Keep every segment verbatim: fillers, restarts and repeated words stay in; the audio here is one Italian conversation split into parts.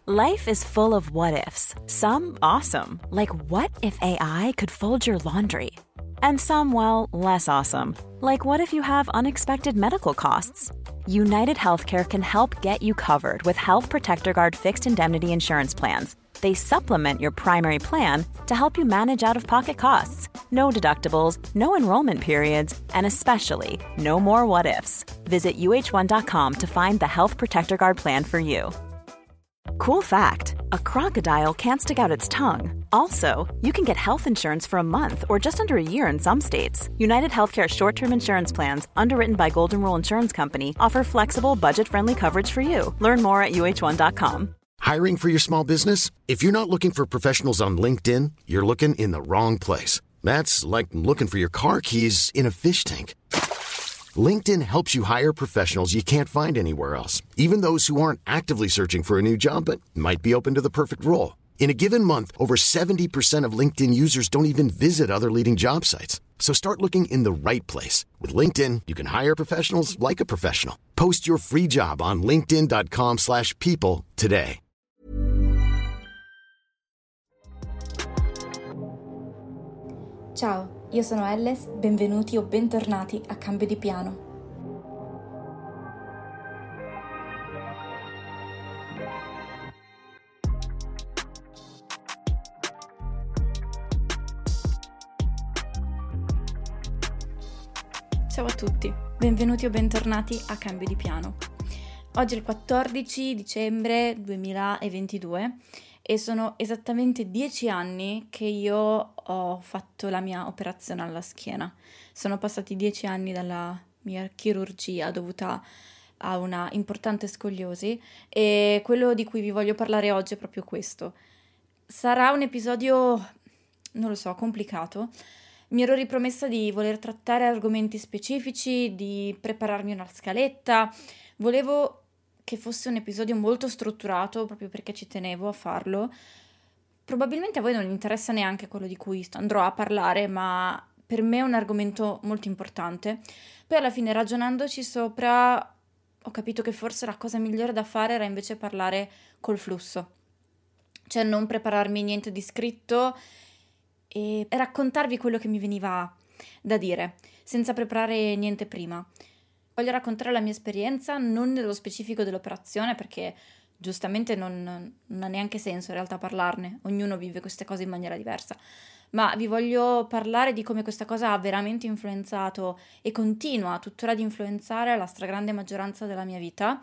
Life is full of what-ifs. Some awesome, like what if A I could fold your laundry? And some, well, less awesome, like what if you have unexpected medical costs? United Healthcare can help get you covered with Health Protector Guard fixed indemnity insurance plans. They supplement your primary plan to help you manage out-of-pocket costs. No deductibles, no enrollment periods, and especially no more what-ifs. Visit U H one dot com to find the Health Protector Guard plan for you. Cool fact, a crocodile can't stick out its tongue. Also, you can get health insurance for a month or just under a year in some states. United Healthcare short-term insurance plans, underwritten by Golden Rule Insurance Company, offer flexible, budget-friendly coverage for you. Learn more at U H one dot com. Hiring for your small business? If you're not looking for professionals on LinkedIn, you're looking in the wrong place. That's like looking for your car keys in a fish tank. LinkedIn helps you hire professionals you can't find anywhere else, even those who aren't actively searching for a new job but might be open to the perfect role. In a given month, over seventy percent of LinkedIn users don't even visit other leading job sites. So start looking in the right place. With LinkedIn, you can hire professionals like a professional. Post your free job on linkedin dot com slash people today. Ciao, io sono Elles, benvenuti o bentornati a Cambio di Piano. Ciao a tutti, benvenuti o bentornati a Cambio di Piano. Oggi è il quattordici dicembre duemilaventidue e sono esattamente dieci anni che io ho fatto la mia operazione alla schiena. Sono passati dieci anni dalla mia chirurgia dovuta a una importante scoliosi e quello di cui vi voglio parlare oggi è proprio questo. Sarà un episodio, non lo so, complicato. Mi ero ripromessa di voler trattare argomenti specifici, di prepararmi una scaletta. Volevo che fosse un episodio molto strutturato, proprio perché ci tenevo a farlo. Probabilmente a voi non interessa neanche quello di cui andrò a parlare, ma per me è un argomento molto importante. Poi alla fine, ragionandoci sopra, ho capito che forse la cosa migliore da fare era invece parlare col flusso. Cioè non prepararmi niente di scritto e raccontarvi quello che mi veniva da dire, senza preparare niente prima. Voglio raccontare la mia esperienza, non nello specifico dell'operazione, perché giustamente non, non ha neanche senso in realtà parlarne, ognuno vive queste cose in maniera diversa, ma vi voglio parlare di come questa cosa ha veramente influenzato e continua tuttora ad influenzare la stragrande maggioranza della mia vita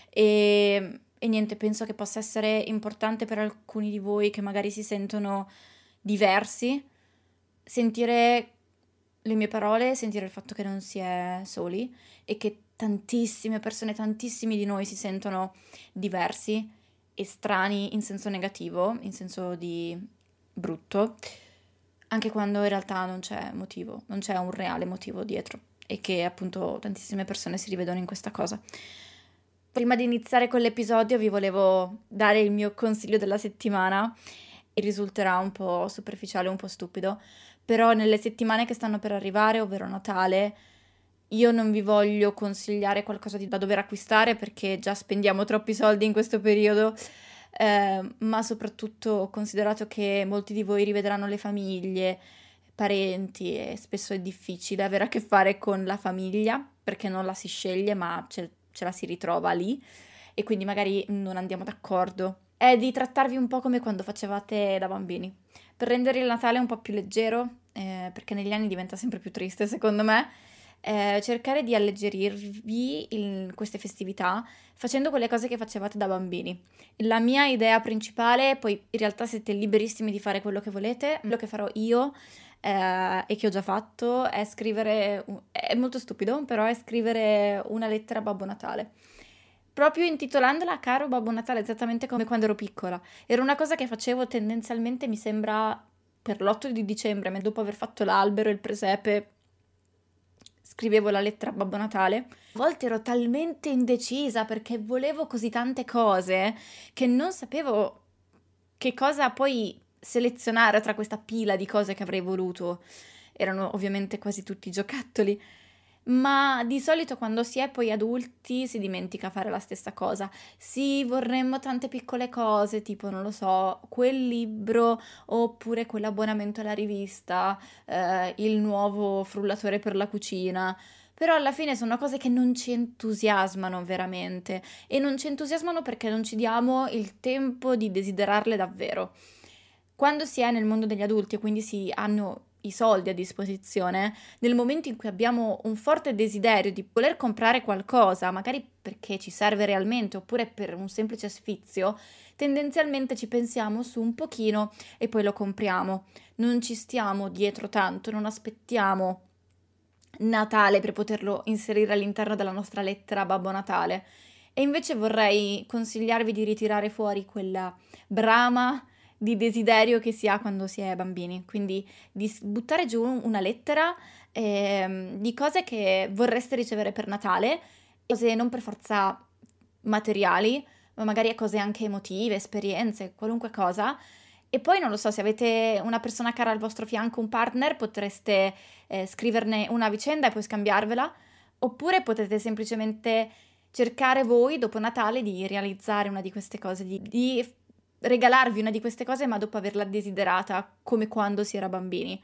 e, e niente, penso che possa essere importante per alcuni di voi che magari si sentono diversi, sentire le mie parole, sentire il fatto che non si è soli e che tantissime persone, tantissimi di noi si sentono diversi e strani in senso negativo, in senso di brutto, anche quando in realtà non c'è motivo, non c'è un reale motivo dietro e che appunto tantissime persone si rivedono in questa cosa. Prima di iniziare con l'episodio vi volevo dare il mio consiglio della settimana e risulterà un po' superficiale, un po' stupido, però nelle settimane che stanno per arrivare, ovvero Natale, io non vi voglio consigliare qualcosa di da dover acquistare perché già spendiamo troppi soldi in questo periodo, eh, ma soprattutto considerato che molti di voi rivedranno le famiglie, parenti e spesso è difficile avere a che fare con la famiglia perché non la si sceglie ma ce, ce la si ritrova lì e quindi magari non andiamo d'accordo. È di trattarvi un po' come quando facevate da bambini, per rendere il Natale un po' più leggero, eh, perché negli anni diventa sempre più triste secondo me, eh, cercare di alleggerirvi il, queste festività facendo quelle cose che facevate da bambini. La mia idea principale, poi in realtà siete liberissimi di fare quello che volete, quello che farò io eh, e che ho già fatto è scrivere, è molto stupido, però è scrivere una lettera a Babbo Natale. Proprio intitolandola Caro Babbo Natale, esattamente come quando ero piccola. Era una cosa che facevo tendenzialmente, mi sembra, per l'otto di dicembre, dopo aver fatto l'albero e il presepe, scrivevo la lettera a Babbo Natale. A volte ero talmente indecisa perché volevo così tante cose che non sapevo che cosa poi selezionare tra questa pila di cose che avrei voluto. Erano ovviamente quasi tutti giocattoli. ma di solito quando si è poi adulti si dimentica fare la stessa cosa. Sì, vorremmo tante piccole cose, tipo, non lo so, quel libro oppure quell'abbonamento alla rivista, eh, il nuovo frullatore per la cucina. Però alla fine sono cose che non ci entusiasmano veramente e non ci entusiasmano perché non ci diamo il tempo di desiderarle davvero. Quando si è nel mondo degli adulti e quindi si hanno i soldi a disposizione, nel momento in cui abbiamo un forte desiderio di voler comprare qualcosa, magari perché ci serve realmente oppure per un semplice sfizio, tendenzialmente ci pensiamo su un pochino e poi lo compriamo. Non ci stiamo dietro tanto, non aspettiamo Natale per poterlo inserire all'interno della nostra lettera Babbo Natale. E invece vorrei consigliarvi di ritirare fuori quella brama di desiderio che si ha quando si è bambini, quindi di buttare giù una lettera eh, di cose che vorreste ricevere per Natale, cose non per forza materiali, ma magari cose anche emotive, esperienze, qualunque cosa. E poi non lo so, se avete una persona cara al vostro fianco, un partner, potreste eh, scriverne una vicenda e poi scambiarvela, oppure potete semplicemente cercare voi dopo Natale di realizzare una di queste cose, di, di regalarvi una di queste cose ma dopo averla desiderata, come quando si era bambini.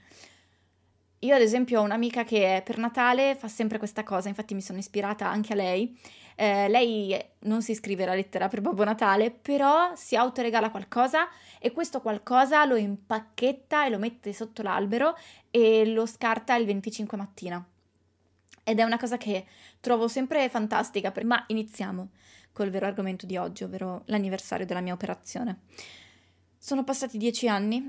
Io ad esempio ho un'amica che per Natale fa sempre questa cosa, infatti mi sono ispirata anche a lei. Eh, lei non si scrive la lettera per Babbo Natale, però si autoregala qualcosa e questo qualcosa lo impacchetta e lo mette sotto l'albero e lo scarta il venticinque mattina. Ed è una cosa che trovo sempre fantastica, per... ma iniziamo col vero argomento di oggi, ovvero l'anniversario della mia operazione. Sono passati dieci anni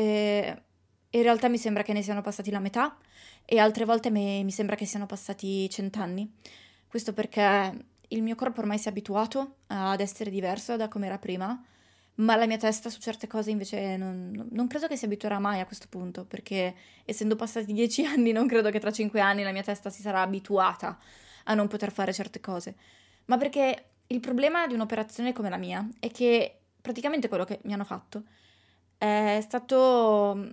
e in realtà mi sembra che ne siano passati la metà e altre volte mi, mi sembra che siano passati cent'anni. Questo perché il mio corpo ormai si è abituato ad essere diverso da come era prima, ma la mia testa su certe cose invece non, non credo che si abituerà mai a questo punto, perché essendo passati dieci anni non credo che tra cinque anni la mia testa si sarà abituata a non poter fare certe cose. Ma perché il problema di un'operazione come la mia è che praticamente quello che mi hanno fatto è stato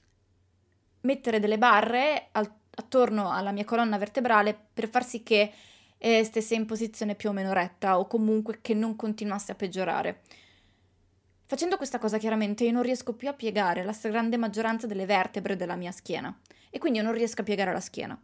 mettere delle barre al, attorno alla mia colonna vertebrale per far sì che eh, stesse in posizione più o meno retta o comunque che non continuasse a peggiorare. Facendo questa cosa chiaramente io non riesco più a piegare la stragrande maggioranza delle vertebre della mia schiena e quindi io non riesco a piegare la schiena.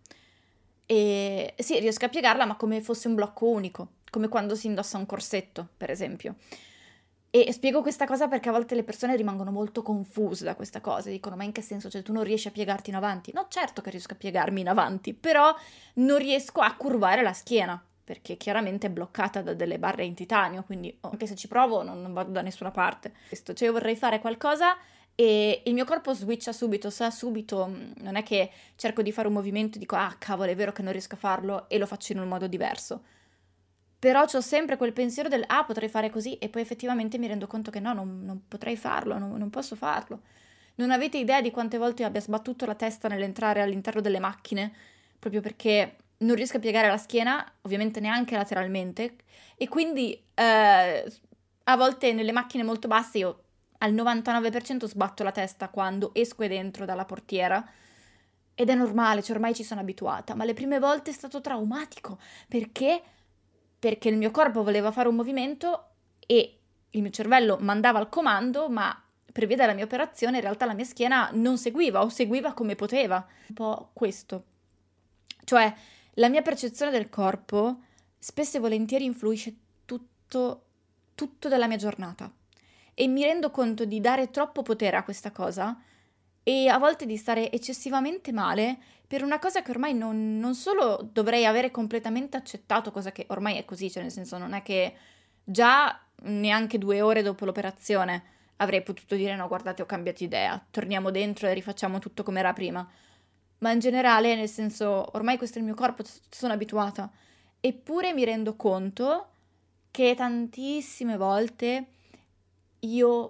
E sì, riesco a piegarla ma come fosse un blocco unico, come quando si indossa un corsetto, per esempio. E spiego questa cosa perché a volte le persone rimangono molto confuse da questa cosa, dicono ma in che senso, cioè tu non riesci a piegarti in avanti? No, certo che riesco a piegarmi in avanti, però non riesco a curvare la schiena, perché chiaramente è bloccata da delle barre in titanio, quindi anche se ci provo non, non vado da nessuna parte. Questo, cioè io vorrei fare qualcosa e il mio corpo switcha subito, sa subito, non è che cerco di fare un movimento e dico ah cavolo è vero che non riesco a farlo e lo faccio in un modo diverso. Però c'ho sempre quel pensiero del ah potrei fare così e poi effettivamente mi rendo conto che no, non, non potrei farlo, non, non posso farlo. Non avete idea di quante volte io abbia sbattuto la testa nell'entrare all'interno delle macchine, proprio perché non riesco a piegare la schiena, ovviamente neanche lateralmente, e quindi eh, a volte nelle macchine molto basse io al novantanove per cento sbatto la testa quando esco e dentro dalla portiera, ed è normale, cioè ormai ci sono abituata, ma le prime volte è stato traumatico, perché... perché il mio corpo voleva fare un movimento e il mio cervello mandava il comando, ma per via della mia operazione in realtà la mia schiena non seguiva o seguiva come poteva. Un po' questo. Cioè, la mia percezione del corpo spesso e volentieri influisce tutto, tutto della mia giornata. E mi rendo conto di dare troppo potere a questa cosa e a volte di stare eccessivamente male per una cosa che ormai non, non solo dovrei avere completamente accettato, cosa che ormai è così, cioè nel senso non è che già neanche due ore dopo l'operazione avrei potuto dire no guardate ho cambiato idea, torniamo dentro e rifacciamo tutto come era prima, ma in generale nel senso ormai questo è il mio corpo, sono abituata, eppure mi rendo conto che tantissime volte io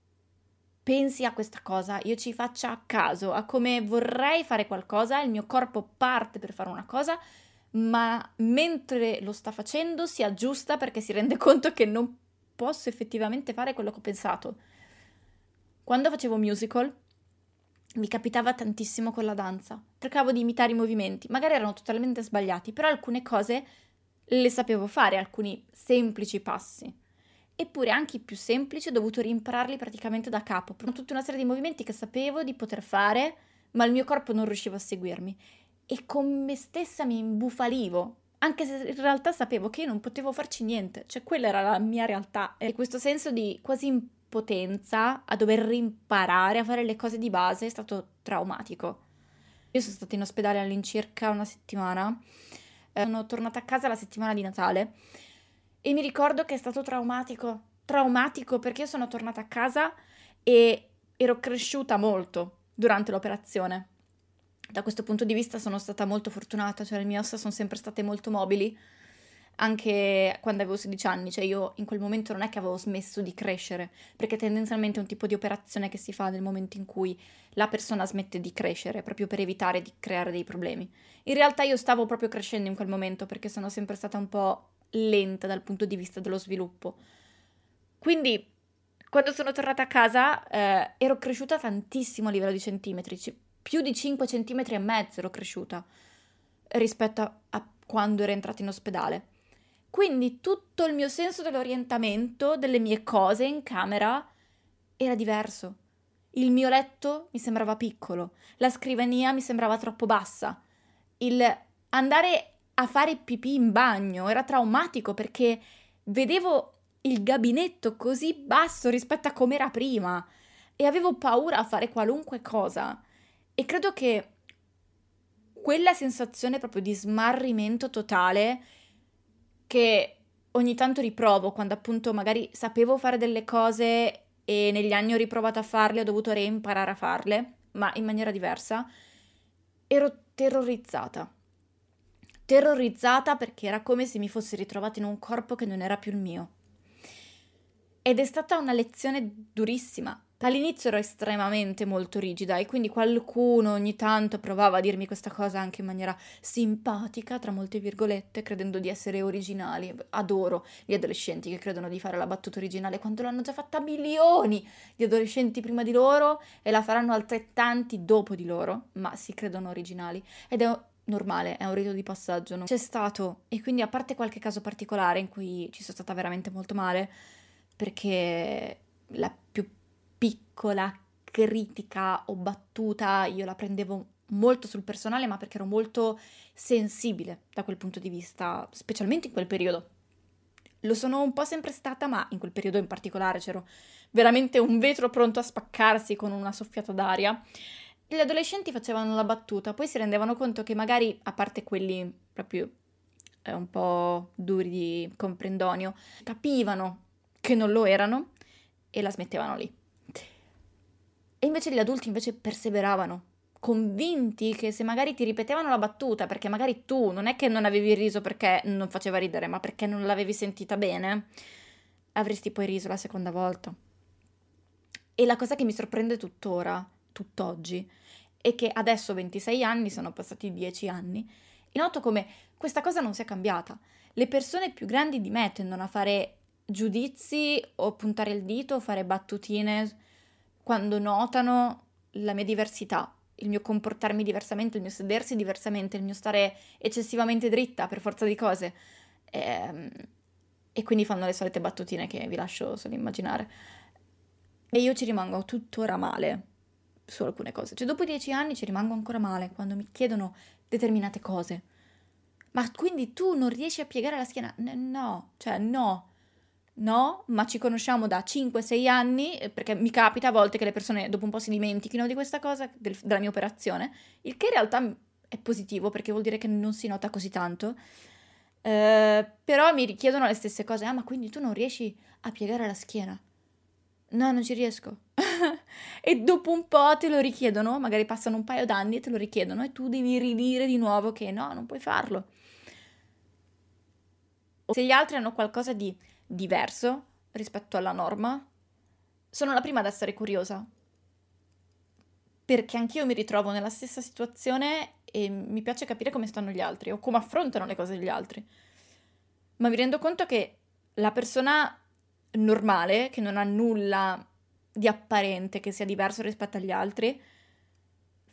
pensi a questa cosa, io ci faccia caso, a come vorrei fare qualcosa, il mio corpo parte per fare una cosa, ma mentre lo sta facendo si aggiusta perché si rende conto che non posso effettivamente fare quello che ho pensato. Quando facevo musical, mi capitava tantissimo con la danza. Cercavo di imitare i movimenti, magari erano totalmente sbagliati, però alcune cose le sapevo fare, alcuni semplici passi. Eppure anche i più semplici ho dovuto rimpararli praticamente da capo. Erano tutta una serie di movimenti che sapevo di poter fare, ma il mio corpo non riusciva a seguirmi. E con me stessa mi imbufalivo, anche se in realtà sapevo che io non potevo farci niente. Cioè quella era la mia realtà. E questo senso di quasi impotenza a dover rimparare a fare le cose di base è stato traumatico. Io sono stata in ospedale all'incirca una settimana. Sono tornata a casa la settimana di Natale e mi ricordo che è stato traumatico, traumatico perché io sono tornata a casa e ero cresciuta molto durante l'operazione. Da questo punto di vista sono stata molto fortunata, cioè le mie ossa sono sempre state molto mobili, anche quando avevo sedici anni, cioè io in quel momento non è che avevo smesso di crescere, perché tendenzialmente è un tipo di operazione che si fa nel momento in cui la persona smette di crescere, proprio per evitare di creare dei problemi. In realtà io stavo proprio crescendo in quel momento, perché sono sempre stata un po' lenta dal punto di vista dello sviluppo. Quindi, quando sono tornata a casa, eh, ero cresciuta tantissimo a livello di centimetri, c- più di cinque centimetri e mezzo ero cresciuta rispetto a, a quando ero entrata in ospedale. Quindi tutto il mio senso dell'orientamento, delle mie cose in camera era diverso. Il mio letto mi sembrava piccolo, la scrivania mi sembrava troppo bassa, il andare a fare pipì in bagno era traumatico perché vedevo il gabinetto così basso rispetto a come era prima e avevo paura a fare qualunque cosa. E credo che quella sensazione proprio di smarrimento totale che ogni tanto riprovo quando appunto magari sapevo fare delle cose e negli anni ho riprovato a farle, ho dovuto reimparare a farle, ma in maniera diversa, ero terrorizzata. Terrorizzata perché era come se mi fossi ritrovata in un corpo che non era più il mio. Ed è stata una lezione durissima. All'inizio ero estremamente molto rigida e quindi qualcuno ogni tanto provava a dirmi questa cosa anche in maniera simpatica, tra molte virgolette, credendo di essere originali. Adoro gli adolescenti che credono di fare la battuta originale quando l'hanno già fatta milioni di adolescenti prima di loro e la faranno altrettanti dopo di loro, ma si credono originali. Ed è normale, è un rito di passaggio. No? C'è stato, e quindi a parte qualche caso particolare in cui ci sono stata veramente molto male, perché la più piccola critica o battuta io la prendevo molto sul personale, ma perché ero molto sensibile da quel punto di vista, specialmente in quel periodo. Lo sono un po' sempre stata, ma in quel periodo in particolare c'ero veramente un vetro pronto a spaccarsi con una soffiata d'aria. Gli adolescenti facevano la battuta, poi si rendevano conto che magari, a parte quelli proprio eh, un po' duri di comprendonio, capivano che non lo erano e la smettevano lì. E invece gli adulti invece perseveravano, convinti che se magari ti ripetevano la battuta, perché magari tu non è che non avevi riso perché non faceva ridere, ma perché non l'avevi sentita bene, avresti poi riso la seconda volta. E la cosa che mi sorprende tuttora, tutt'oggi, è che adesso ventisei anni, sono passati dieci anni, e noto come questa cosa non sia cambiata. Le persone più grandi di me tendono a fare giudizi o puntare il dito o fare battutine quando notano la mia diversità, il mio comportarmi diversamente, il mio sedersi diversamente, il mio stare eccessivamente dritta per forza di cose. E, e quindi fanno le solite battutine che vi lascio solo immaginare. E io ci rimango tuttora male su alcune cose. Cioè dopo dieci anni ci rimango ancora male quando mi chiedono determinate cose. Ma quindi tu non riesci a piegare la schiena? N- no, cioè no. No, ma ci conosciamo da cinque sei anni, perché mi capita a volte che le persone dopo un po' si dimentichino di questa cosa, del, della mia operazione, il che in realtà è positivo perché vuol dire che non si nota così tanto, eh, però mi richiedono le stesse cose. Ah, ma quindi tu non riesci a piegare la schiena? No, non ci riesco. E dopo un po' te lo richiedono, magari passano un paio d'anni e te lo richiedono e tu devi ridire di nuovo che no, non puoi farlo. Se gli altri hanno qualcosa di diverso rispetto alla norma, sono la prima ad essere curiosa, perché anch'io mi ritrovo nella stessa situazione e mi piace capire come stanno gli altri o come affrontano le cose degli altri. Ma mi rendo conto che la persona normale, che non ha nulla di apparente che sia diverso rispetto agli altri,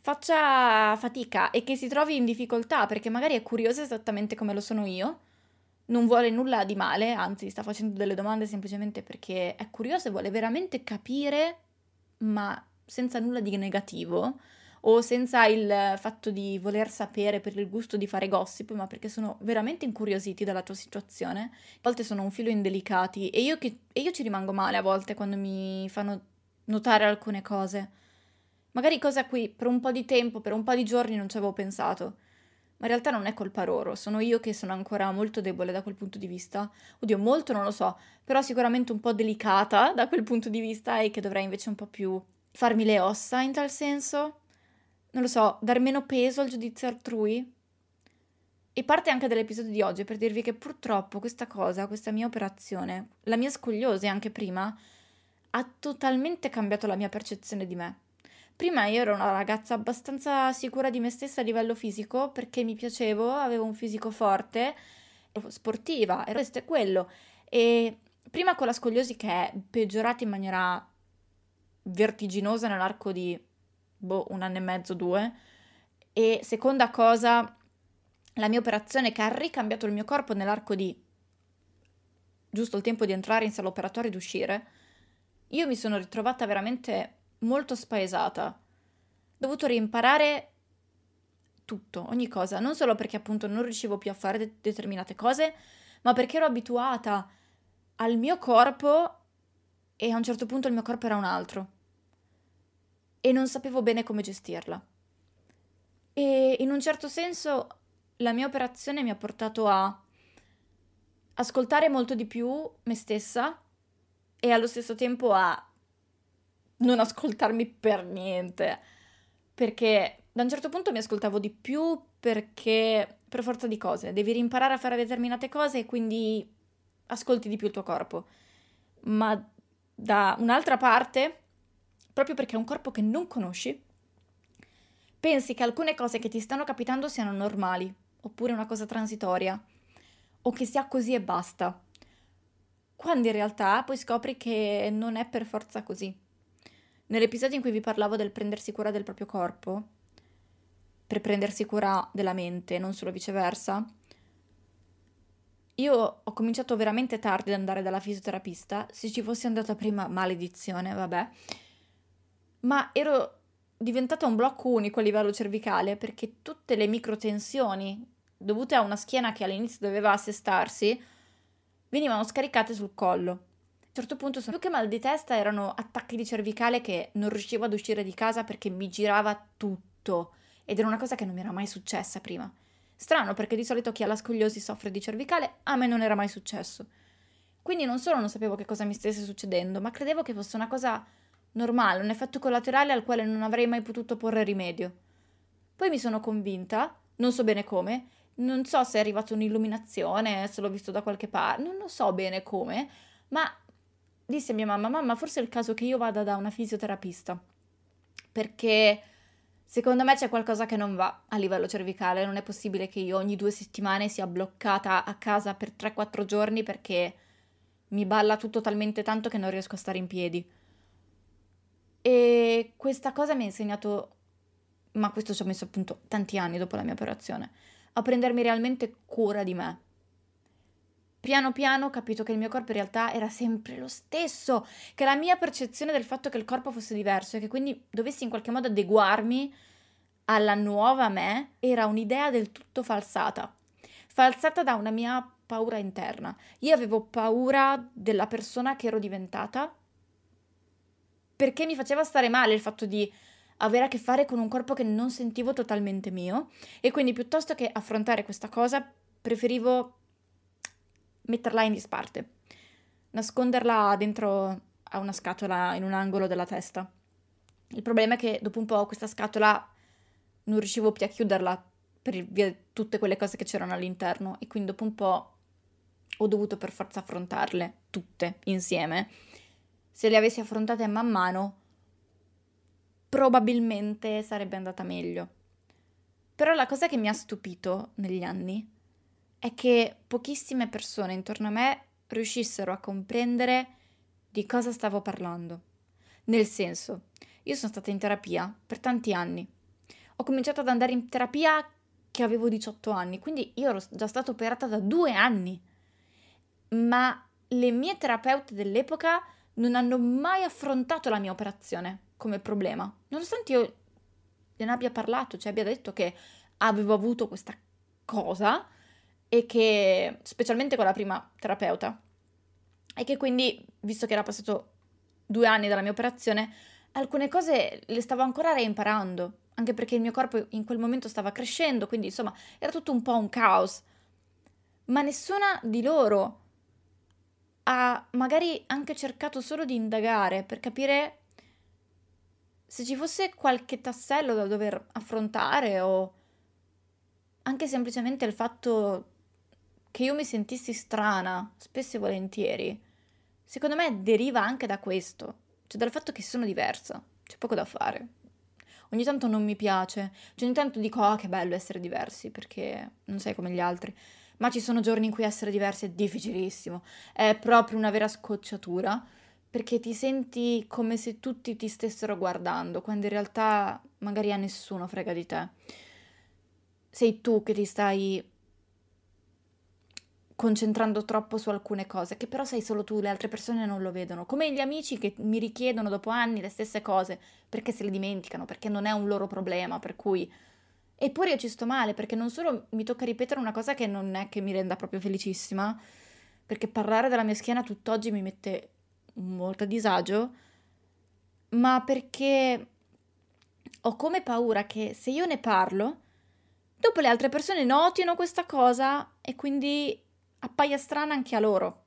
faccia fatica e che si trovi in difficoltà perché magari è curiosa esattamente come lo sono io, non vuole nulla di male, anzi sta facendo delle domande semplicemente perché è curiosa e vuole veramente capire, ma senza nulla di negativo o senza il fatto di voler sapere per il gusto di fare gossip, ma perché sono veramente incuriositi dalla tua situazione. A volte sono un filo indelicati e io, che, e io ci rimango male a volte quando mi fanno notare alcune cose. Magari cose a cui per un po' di tempo, per un po' di giorni non ci avevo pensato. Ma in realtà non è colpa loro, sono io che sono ancora molto debole da quel punto di vista. Oddio, molto non lo so, però sicuramente un po' delicata da quel punto di vista e che dovrei invece un po' più farmi le ossa in tal senso. Non lo so, dar meno peso al giudizio altrui. E parte anche dall'episodio di oggi per dirvi che purtroppo questa cosa, questa mia operazione, la mia scoliosi anche prima, ha totalmente cambiato la mia percezione di me. Prima io ero una ragazza abbastanza sicura di me stessa a livello fisico perché mi piacevo, avevo un fisico forte, ero sportiva, ero questo e quello. E prima con la scoliosi che è peggiorata in maniera vertiginosa nell'arco di boh, un anno e mezzo, due. E seconda cosa, la mia operazione che ha ricambiato il mio corpo nell'arco di giusto il tempo di entrare in sala operatoria ed uscire, io mi sono ritrovata veramente molto spaesata. Ho dovuto reimparare tutto, ogni cosa, non solo perché appunto non riuscivo più a fare de- determinate cose, ma perché ero abituata al mio corpo e a un certo punto il mio corpo era un altro e non sapevo bene come gestirla. E in un certo senso la mia operazione mi ha portato a ascoltare molto di più me stessa e allo stesso tempo a non ascoltarmi per niente, perché da un certo punto mi ascoltavo di più perché per forza di cose devi rimparare a fare determinate cose e quindi ascolti di più il tuo corpo, ma da un'altra parte, proprio perché è un corpo che non conosci, pensi che alcune cose che ti stanno capitando siano normali, oppure una cosa transitoria, o che sia così e basta, quando in realtà poi scopri che non è per forza così. Nell'episodio in cui vi parlavo del prendersi cura del proprio corpo, per prendersi cura della mente, non solo viceversa, io ho cominciato veramente tardi ad andare dalla fisioterapista. Se ci fossi andata prima, maledizione, vabbè. Ma ero diventata un blocco unico a livello cervicale perché tutte le microtensioni dovute a una schiena che all'inizio doveva assestarsi venivano scaricate sul collo. A un certo punto, più che mal di testa, erano attacchi di cervicale che non riuscivo ad uscire di casa perché mi girava tutto. Ed era una cosa che non mi era mai successa prima. Strano, perché di solito chi ha la scoliosi soffre di cervicale, a me non era mai successo. Quindi non solo non sapevo che cosa mi stesse succedendo, ma credevo che fosse una cosa normale, un effetto collaterale al quale non avrei mai potuto porre rimedio. Poi mi sono convinta, non so bene come, non so se è arrivata un'illuminazione, se l'ho visto da qualche parte, non lo so bene come, ma dissi a mia mamma, mamma, forse è il caso che io vada da una fisioterapista, perché secondo me c'è qualcosa che non va a livello cervicale, non è possibile che io ogni due settimane sia bloccata a casa per tre quattro giorni perché mi balla tutto talmente tanto che non riesco a stare in piedi. E questa cosa mi ha insegnato, ma questo ci ho messo appunto tanti anni dopo la mia operazione, a prendermi realmente cura di me. Piano piano ho capito che il mio corpo in realtà era sempre lo stesso, che la mia percezione del fatto che il corpo fosse diverso e che quindi dovessi in qualche modo adeguarmi alla nuova me era un'idea del tutto falsata, falsata da una mia paura interna. Io avevo paura della persona che ero diventata perché mi faceva stare male il fatto di avere a che fare con un corpo che non sentivo totalmente mio e quindi piuttosto che affrontare questa cosa preferivo metterla in disparte, nasconderla dentro a una scatola in un angolo della testa. Il problema è che dopo un po' questa scatola non riuscivo più a chiuderla per via di tutte quelle cose che c'erano all'interno e quindi dopo un po' ho dovuto per forza affrontarle tutte insieme. Se le avessi affrontate man mano probabilmente sarebbe andata meglio. Però la cosa che mi ha stupito negli anni è che pochissime persone intorno a me riuscissero a comprendere di cosa stavo parlando. Nel senso, io sono stata in terapia per tanti anni. Ho cominciato ad andare in terapia che avevo diciotto anni, quindi io ero già stata operata da due anni, ma le mie terapeute dell'epoca non hanno mai affrontato la mia operazione come problema, nonostante io gliene abbia parlato, cioè abbia detto che avevo avuto questa cosa e che, specialmente con la prima terapeuta, e che quindi, visto che era passato due anni dalla mia operazione, alcune cose le stavo ancora reimparando, anche perché il mio corpo in quel momento stava crescendo, quindi insomma era tutto un po' un caos. Ma nessuna di loro ha magari anche cercato solo di indagare per capire se ci fosse qualche tassello da dover affrontare, o anche semplicemente il fatto che io mi sentissi strana, spesso e volentieri, secondo me deriva anche da questo, cioè dal fatto che sono diversa, c'è poco da fare. Ogni tanto non mi piace, cioè ogni tanto dico, ah, che bello essere diversi, perché non sei come gli altri, ma ci sono giorni in cui essere diversi è difficilissimo, è proprio una vera scocciatura, perché ti senti come se tutti ti stessero guardando, quando in realtà magari a nessuno frega di te. Sei tu che ti stai concentrando troppo su alcune cose, che però sei solo tu, le altre persone non lo vedono, come gli amici che mi richiedono dopo anni le stesse cose, perché se le dimenticano, perché non è un loro problema, per cui... Eppure io ci sto male, perché non solo mi tocca ripetere una cosa che non è che mi renda proprio felicissima, perché parlare della mia schiena tutt'oggi mi mette molto a disagio, ma perché ho come paura che se io ne parlo, dopo le altre persone notino questa cosa e quindi appaia strana anche a loro.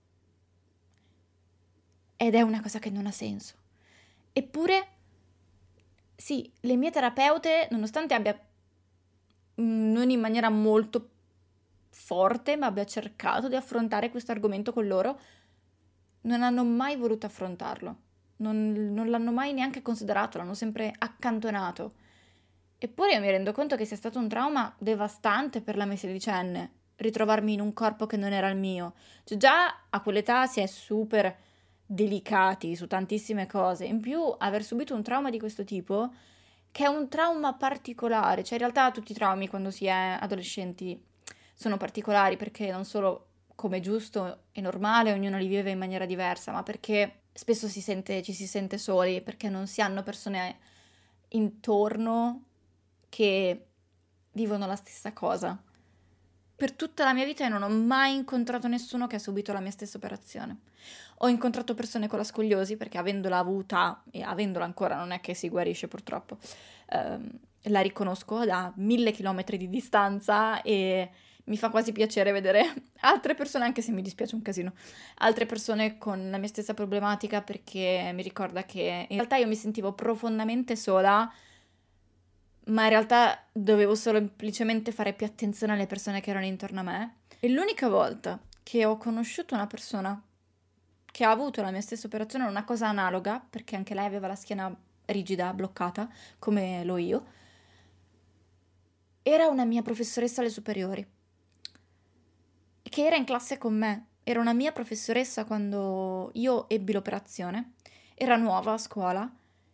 Ed è una cosa che non ha senso. Eppure, sì, le mie terapeute, nonostante abbia mh, non in maniera molto forte, ma abbia cercato di affrontare questo argomento con loro, non hanno mai voluto affrontarlo. Non, non l'hanno mai neanche considerato, l'hanno sempre accantonato. Eppure io mi rendo conto che sia stato un trauma devastante per la mia sedicenne, ritrovarmi in un corpo che non era il mio. Cioè già a quell'età si è super delicati su tantissime cose, in più aver subito un trauma di questo tipo, che è un trauma particolare, cioè in realtà tutti i traumi quando si è adolescenti sono particolari, perché non solo come è giusto e normale ognuno li vive in maniera diversa, ma perché spesso si sente, ci si sente soli, perché non si hanno persone intorno che vivono la stessa cosa. Per tutta la mia vita io non ho mai incontrato nessuno che ha subito la mia stessa operazione. Ho incontrato persone con la scoliosi, perché avendola avuta e avendola ancora non è che si guarisce purtroppo, ehm, la riconosco da mille chilometri di distanza e mi fa quasi piacere vedere altre persone, anche se mi dispiace un casino, altre persone con la mia stessa problematica, perché mi ricorda che in realtà io mi sentivo profondamente sola, ma in realtà dovevo solo semplicemente fare più attenzione alle persone che erano intorno a me. E l'unica volta che ho conosciuto una persona che ha avuto la mia stessa operazione, una cosa analoga, perché anche lei aveva la schiena rigida, bloccata, come l'ho io, era una mia professoressa alle superiori, che era in classe con me. Era una mia professoressa quando io ebbi l'operazione, era nuova a scuola,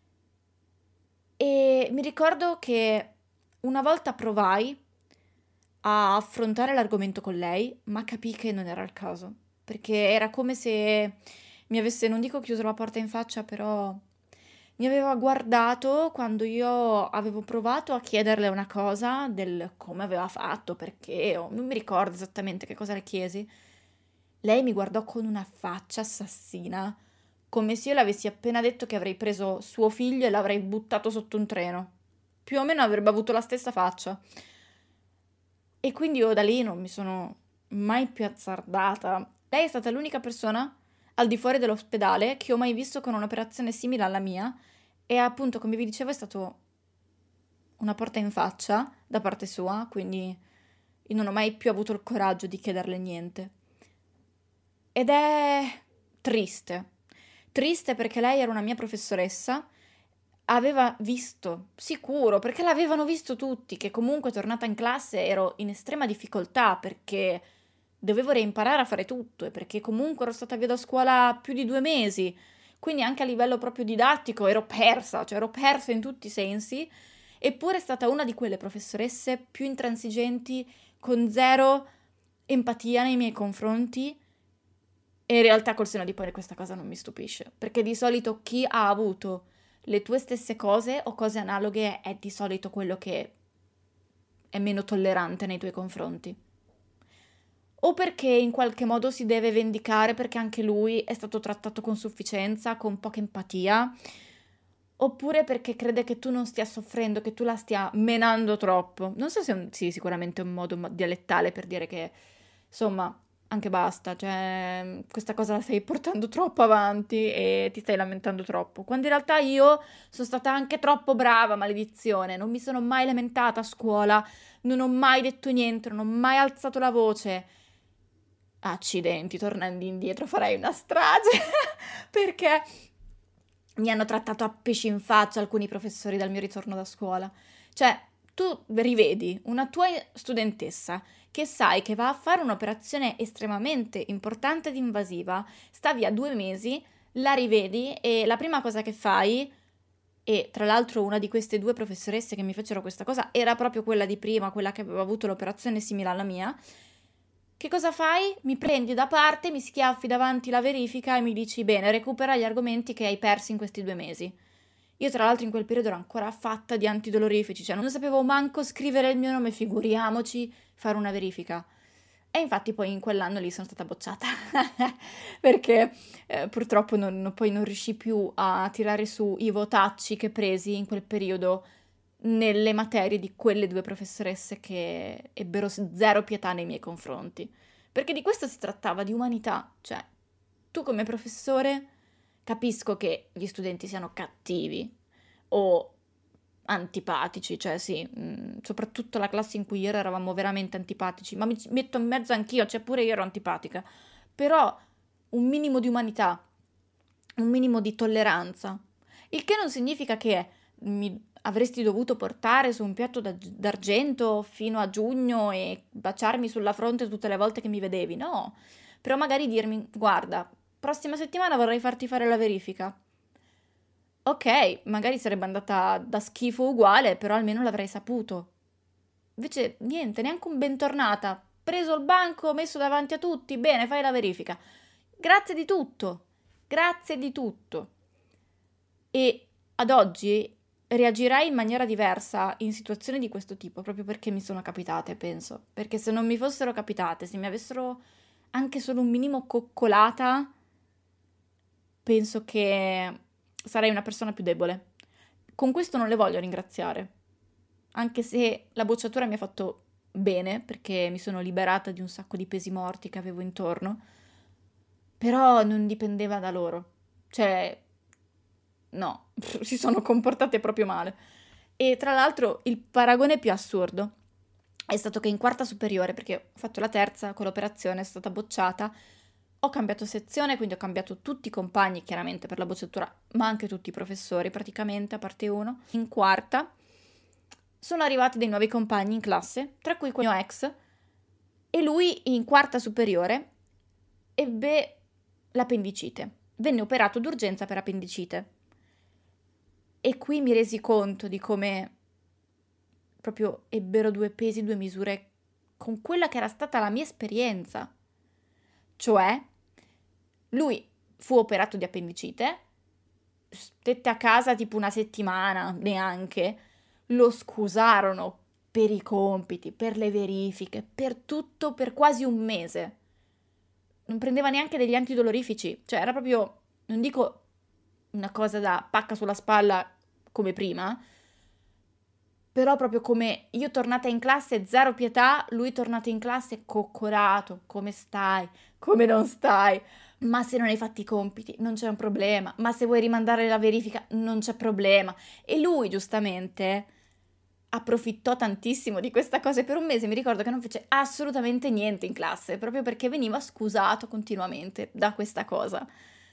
e mi ricordo che una volta provai a affrontare l'argomento con lei, ma capii che non era il caso, perché era come se mi avesse, non dico chiuso la porta in faccia, però mi aveva guardato quando io avevo provato a chiederle una cosa del come aveva fatto, perché, o non mi ricordo esattamente che cosa le chiesi. Lei mi guardò con una faccia assassina, come se io le avessi appena detto che avrei preso suo figlio e l'avrei buttato sotto un treno. Più o meno avrebbe avuto la stessa faccia. E quindi io da lì non mi sono mai più azzardata. Lei è stata l'unica persona al di fuori dell'ospedale che ho mai visto con un'operazione simile alla mia, e appunto, come vi dicevo, è stato una porta in faccia da parte sua, quindi io non ho mai più avuto il coraggio di chiederle niente. Ed è triste. Triste perché lei era una mia professoressa, aveva visto, sicuro, perché l'avevano visto tutti, che comunque tornata in classe ero in estrema difficoltà perché dovevo reimparare a fare tutto e perché comunque ero stata via da scuola più di due mesi, quindi anche a livello proprio didattico ero persa, cioè ero persa in tutti i sensi, Eppure è stata una di quelle professoresse più intransigenti, con zero empatia nei miei confronti, e in realtà col senno di poi questa cosa non mi stupisce, perché di solito chi ha avuto le tue stesse cose o cose analoghe è di solito quello che è meno tollerante nei tuoi confronti. O perché in qualche modo si deve vendicare perché anche lui è stato trattato con sufficienza, con poca empatia, oppure perché crede che tu non stia soffrendo, che tu la stia menando troppo. Non so se è un, sì, sicuramente è un modo dialettale per dire che, insomma, anche basta, cioè questa cosa la stai portando troppo avanti e ti stai lamentando troppo, quando in realtà io sono stata anche troppo brava, maledizione, non mi sono mai lamentata a scuola, non ho mai detto niente, non ho mai alzato la voce. Accidenti, tornando indietro farei una strage perché mi hanno trattato a pesci in faccia alcuni professori dal mio ritorno da scuola. Cioè, tu rivedi una tua studentessa che sai che va a fare un'operazione estremamente importante ed invasiva, sta via due mesi, la rivedi e la prima cosa che fai, e tra l'altro una di queste due professoresse che mi fecero questa cosa era proprio quella di prima, quella che aveva avuto l'operazione simile alla mia, che cosa fai? Mi prendi da parte, mi schiaffi davanti la verifica e mi dici, bene, recupera gli argomenti che hai persi in questi due mesi. Io tra l'altro in quel periodo ero ancora fatta di antidolorifici, cioè non sapevo manco scrivere il mio nome, figuriamoci fare una verifica. E infatti poi in quell'anno lì sono stata bocciata, perché eh, purtroppo non, poi non riuscii più a tirare su i votacci che presi in quel periodo nelle materie di quelle due professoresse che ebbero zero pietà nei miei confronti. Perché di questo si trattava, di umanità. Cioè, tu come professore, capisco che gli studenti siano cattivi o antipatici, cioè sì, mh, soprattutto la classe in cui io ero eravamo veramente antipatici, ma mi metto in mezzo anch'io, cioè pure io ero antipatica. Però un minimo di umanità, un minimo di tolleranza, il che non significa che mi avresti dovuto portare su un piatto d'argento fino a giugno e baciarmi sulla fronte tutte le volte che mi vedevi, no. Però magari dirmi, guarda, prossima settimana vorrei farti fare la verifica. Ok, magari sarebbe andata da schifo uguale, però almeno l'avrei saputo. Invece niente, neanche un bentornata. Preso il banco, messo davanti a tutti, bene, fai la verifica. Grazie di tutto, grazie di tutto. E ad oggi reagirai in maniera diversa in situazioni di questo tipo, proprio perché mi sono capitate, penso. Perché se non mi fossero capitate, se mi avessero anche solo un minimo coccolata, penso che sarei una persona più debole. Con questo non le voglio ringraziare, anche se la bocciatura mi ha fatto bene, perché mi sono liberata di un sacco di pesi morti che avevo intorno, però non dipendeva da loro. Cioè, no, si sono comportate proprio male. E tra l'altro il paragone più assurdo è stato che in quarta superiore, perché ho fatto la terza con l'operazione, è stata bocciata, ho cambiato sezione, quindi ho cambiato tutti i compagni, chiaramente per la bocciatura, ma anche tutti i professori, praticamente, a parte uno. In quarta sono arrivati dei nuovi compagni in classe, tra cui quello mio ex, e lui in quarta superiore ebbe l'appendicite. Venne operato d'urgenza per appendicite. E qui mi resi conto di come proprio ebbero due pesi, due misure con quella che era stata la mia esperienza. Cioè, lui fu operato di appendicite, stette a casa tipo una settimana, neanche, lo scusarono per i compiti, per le verifiche, per tutto, per quasi un mese. Non prendeva neanche degli antidolorifici, cioè era proprio, non dico una cosa da pacca sulla spalla come prima, però proprio come io tornata in classe zero pietà, lui tornato in classe coccorato, come stai, come non stai, ma se non hai fatto i compiti non c'è un problema, ma se vuoi rimandare la verifica non c'è problema. E lui giustamente approfittò tantissimo di questa cosa e per un mese mi ricordo che non fece assolutamente niente in classe, proprio perché veniva scusato continuamente da questa cosa.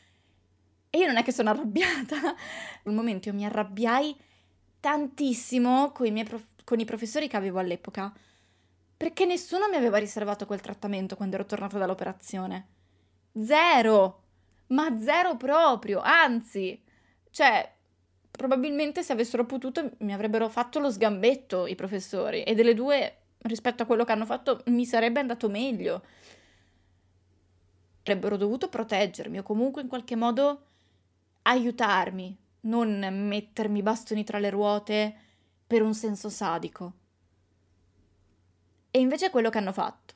E io non è che sono arrabbiata, in un momento io mi arrabbiai tantissimo con i miei prof- con i professori che avevo all'epoca, perché nessuno mi aveva riservato quel trattamento quando ero tornata dall'operazione. Zero! Ma zero proprio, anzi! Cioè, probabilmente se avessero potuto mi avrebbero fatto lo sgambetto i professori, e delle due, rispetto a quello che hanno fatto, mi sarebbe andato meglio. Avrebbero dovuto proteggermi o comunque in qualche modo aiutarmi, non mettermi i bastoni tra le ruote per un senso sadico. E invece è quello che hanno fatto.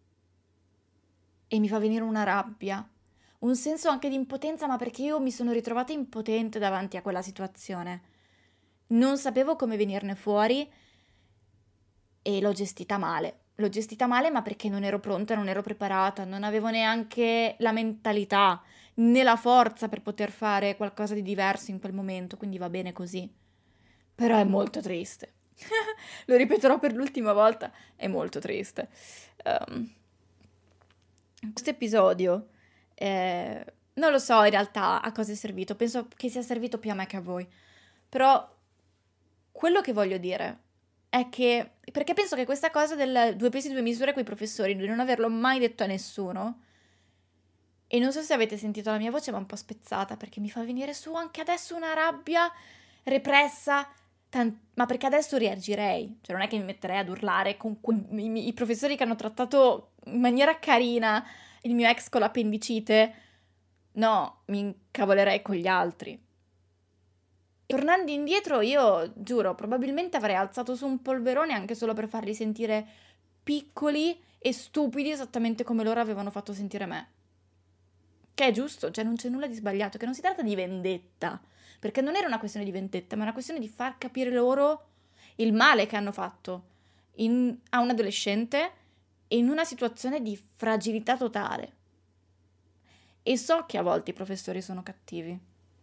E mi fa venire una rabbia, un senso anche di impotenza, ma perché io mi sono ritrovata impotente davanti a quella situazione. Non sapevo come venirne fuori e l'ho gestita male. L'ho gestita male, ma perché non ero pronta, non ero preparata, non avevo neanche la mentalità né la forza per poter fare qualcosa di diverso in quel momento, quindi va bene così. Però è molto triste. Lo ripeterò per l'ultima volta, è molto triste. Um, questo episodio, eh, non lo so in realtà a cosa è servito, penso che sia servito più a me che a voi, però quello che voglio dire è che, perché penso che questa cosa del due pesi due misure coi professori, di non averlo mai detto a nessuno, e non so se avete sentito la mia voce ma un po' spezzata, perché mi fa venire su anche adesso una rabbia repressa, tant- ma perché adesso reagirei, cioè non è che mi metterei ad urlare con que- i, i professori che hanno trattato in maniera carina il mio ex con l'appendicite, no, mi incavolerei con gli altri. Tornando indietro, io giuro, probabilmente avrei alzato su un polverone anche solo per farli sentire piccoli e stupidi, esattamente come loro avevano fatto sentire me. Che è giusto, cioè non c'è nulla di sbagliato, che non si tratta di vendetta, perché non era una questione di vendetta, ma è una questione di far capire loro il male che hanno fatto in, a un adolescente in una situazione di fragilità totale. E so che a volte i professori sono cattivi,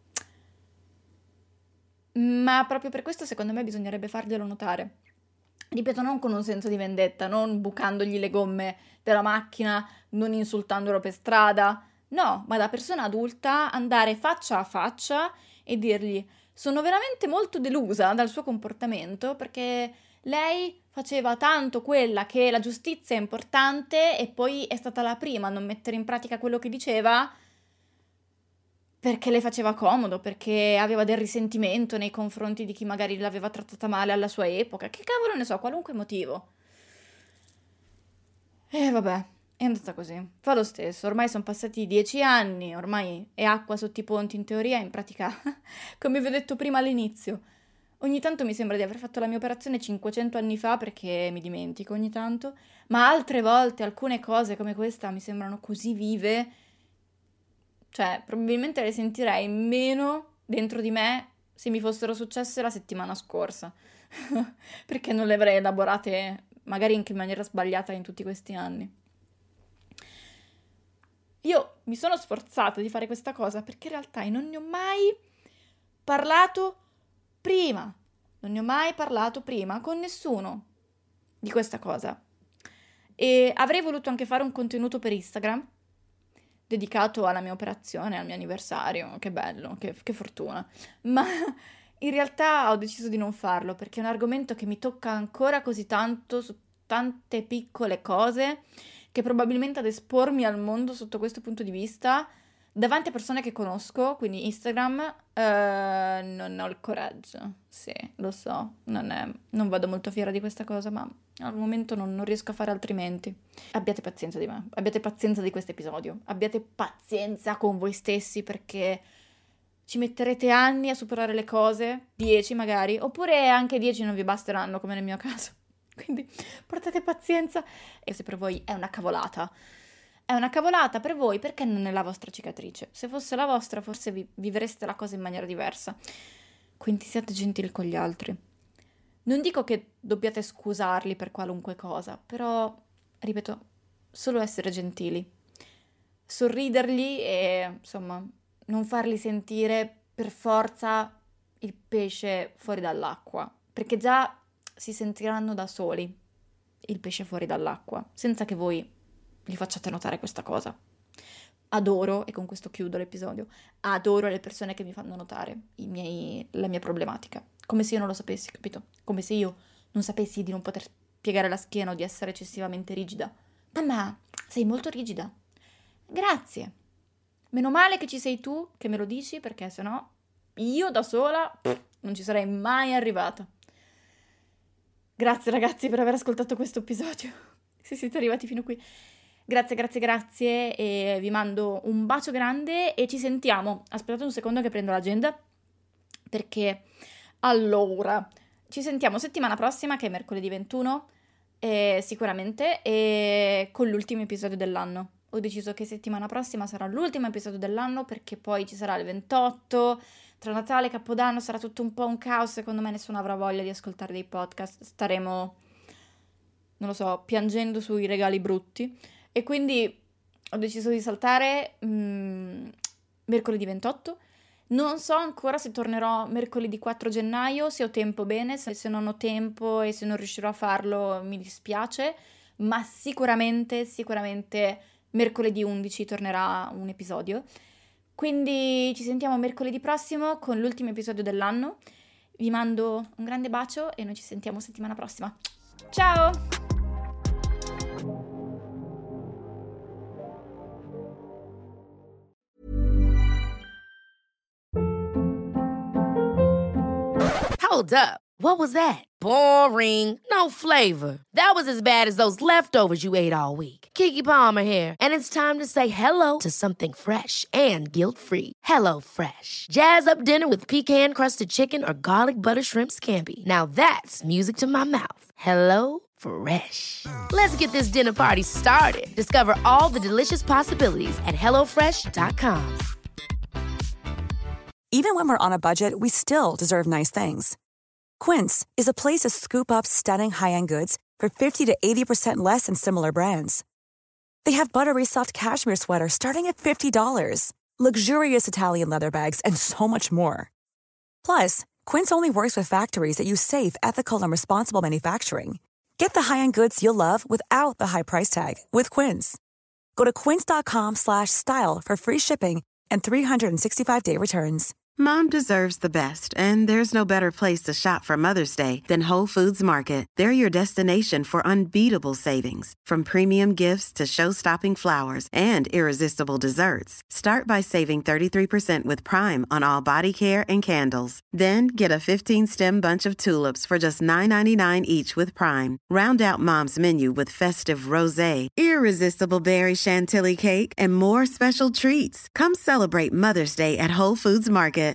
ma proprio per questo secondo me bisognerebbe farglielo notare. Ripeto, non con un senso di vendetta, non bucandogli le gomme della macchina, non insultandolo per strada, no, ma da persona adulta andare faccia a faccia e dirgli: sono veramente molto delusa dal suo comportamento perché lei faceva tanto quella che la giustizia è importante e poi è stata la prima a non mettere in pratica quello che diceva perché le faceva comodo, perché aveva del risentimento nei confronti di chi magari l'aveva trattata male alla sua epoca, che cavolo ne so, qualunque motivo. E vabbè, è andata così. Fa lo stesso, ormai sono passati dieci anni, ormai è acqua sotto i ponti in teoria, in pratica, come vi ho detto prima all'inizio. Ogni tanto mi sembra di aver fatto la mia operazione cinquecento anni fa perché mi dimentico ogni tanto, ma altre volte alcune cose come questa mi sembrano così vive. Cioè, probabilmente le sentirei meno dentro di me se mi fossero successe la settimana scorsa, perché non le avrei elaborate magari anche in maniera sbagliata in tutti questi anni. Io mi sono sforzata di fare questa cosa perché in realtà io non ne ho mai parlato prima, non ne ho mai parlato prima con nessuno di questa cosa. E avrei voluto anche fare un contenuto per Instagram dedicato alla mia operazione, al mio anniversario, che bello, che, che fortuna. Ma in realtà ho deciso di non farlo perché è un argomento che mi tocca ancora così tanto su tante piccole cose che probabilmente ad espormi al mondo sotto questo punto di vista davanti a persone che conosco, quindi Instagram, eh, non ho il coraggio. Sì, lo so, non, è, non vado molto fiera di questa cosa, ma al momento non, non riesco a fare altrimenti. Abbiate pazienza di me, abbiate pazienza di questo episodio, abbiate pazienza con voi stessi perché ci metterete anni a superare le cose, dieci magari, oppure anche dieci non vi basteranno come nel mio caso. Quindi portate pazienza e se per voi è una cavolata. È una cavolata per voi perché non è la vostra cicatrice. Se fosse la vostra forse vi vivreste la cosa in maniera diversa. Quindi siate gentili con gli altri. Non dico che dobbiate scusarli per qualunque cosa, però, ripeto, solo essere gentili. Sorridergli e, insomma, non farli sentire per forza il pesce fuori dall'acqua, perché già si sentiranno da soli il pesce fuori dall'acqua, senza che voi gli facciate notare questa cosa. Adoro, e con questo chiudo l'episodio, adoro le persone che mi fanno notare i miei, la mia problematica, come se io non lo sapessi, capito? Come se io non sapessi di non poter piegare la schiena o di essere eccessivamente rigida. Mamma, sei molto rigida. Grazie. Meno male che ci sei tu che me lo dici, perché sennò io da sola pff, non ci sarei mai arrivata. Grazie ragazzi per aver ascoltato questo episodio, se siete arrivati fino qui. Grazie, grazie, grazie e vi mando un bacio grande e ci sentiamo. Aspettate un secondo che prendo l'agenda, perché allora ci sentiamo settimana prossima, che è mercoledì ventuno, eh, sicuramente, e con l'ultimo episodio dell'anno. Ho deciso che settimana prossima sarà l'ultimo episodio dell'anno, perché poi ci sarà il ventotto, tra Natale e Capodanno sarà tutto un po' un caos, secondo me nessuno avrà voglia di ascoltare dei podcast, staremo, non lo so, piangendo sui regali brutti. E quindi ho deciso di saltare mh, mercoledì ventotto. Non so ancora se tornerò mercoledì quattro gennaio, se ho tempo bene, se, se non ho tempo e se non riuscirò a farlo mi dispiace, ma sicuramente, sicuramente mercoledì undici tornerà un episodio. Quindi ci sentiamo mercoledì prossimo con l'ultimo episodio dell'anno. Vi mando un grande bacio e noi ci sentiamo settimana prossima. Ciao! Hold up. What was that? Boring. No flavor. That was as bad as those leftovers you ate all week. Keke Palmer here, and it's time to say hello to something fresh and guilt-free. Hello Fresh. Jazz up dinner with pecan-crusted chicken or garlic butter shrimp scampi. Now that's music to my mouth. Hello Fresh. Let's get this dinner party started. Discover all the delicious possibilities at hello fresh dot com. Even when we're on a budget, we still deserve nice things. Quince is a place to scoop up stunning high-end goods for fifty to eighty percent less than similar brands. They have buttery soft cashmere sweaters starting at fifty dollars, luxurious Italian leather bags, and so much more. Plus, Quince only works with factories that use safe, ethical, and responsible manufacturing. Get the high-end goods you'll love without the high price tag with Quince. Go to quince.com slash style for free shipping and three sixty-five day returns. Mom deserves the best, and there's no better place to shop for Mother's Day than Whole Foods Market. They're your destination for unbeatable savings, from premium gifts to show-stopping flowers and irresistible desserts. Start by saving thirty-three percent with Prime on all body care and candles. Then get a fifteen-stem bunch of tulips for just nine ninety-nine each with Prime. Round out Mom's menu with festive rosé, irresistible berry chantilly cake, and more special treats. Come celebrate Mother's Day at Whole Foods Market.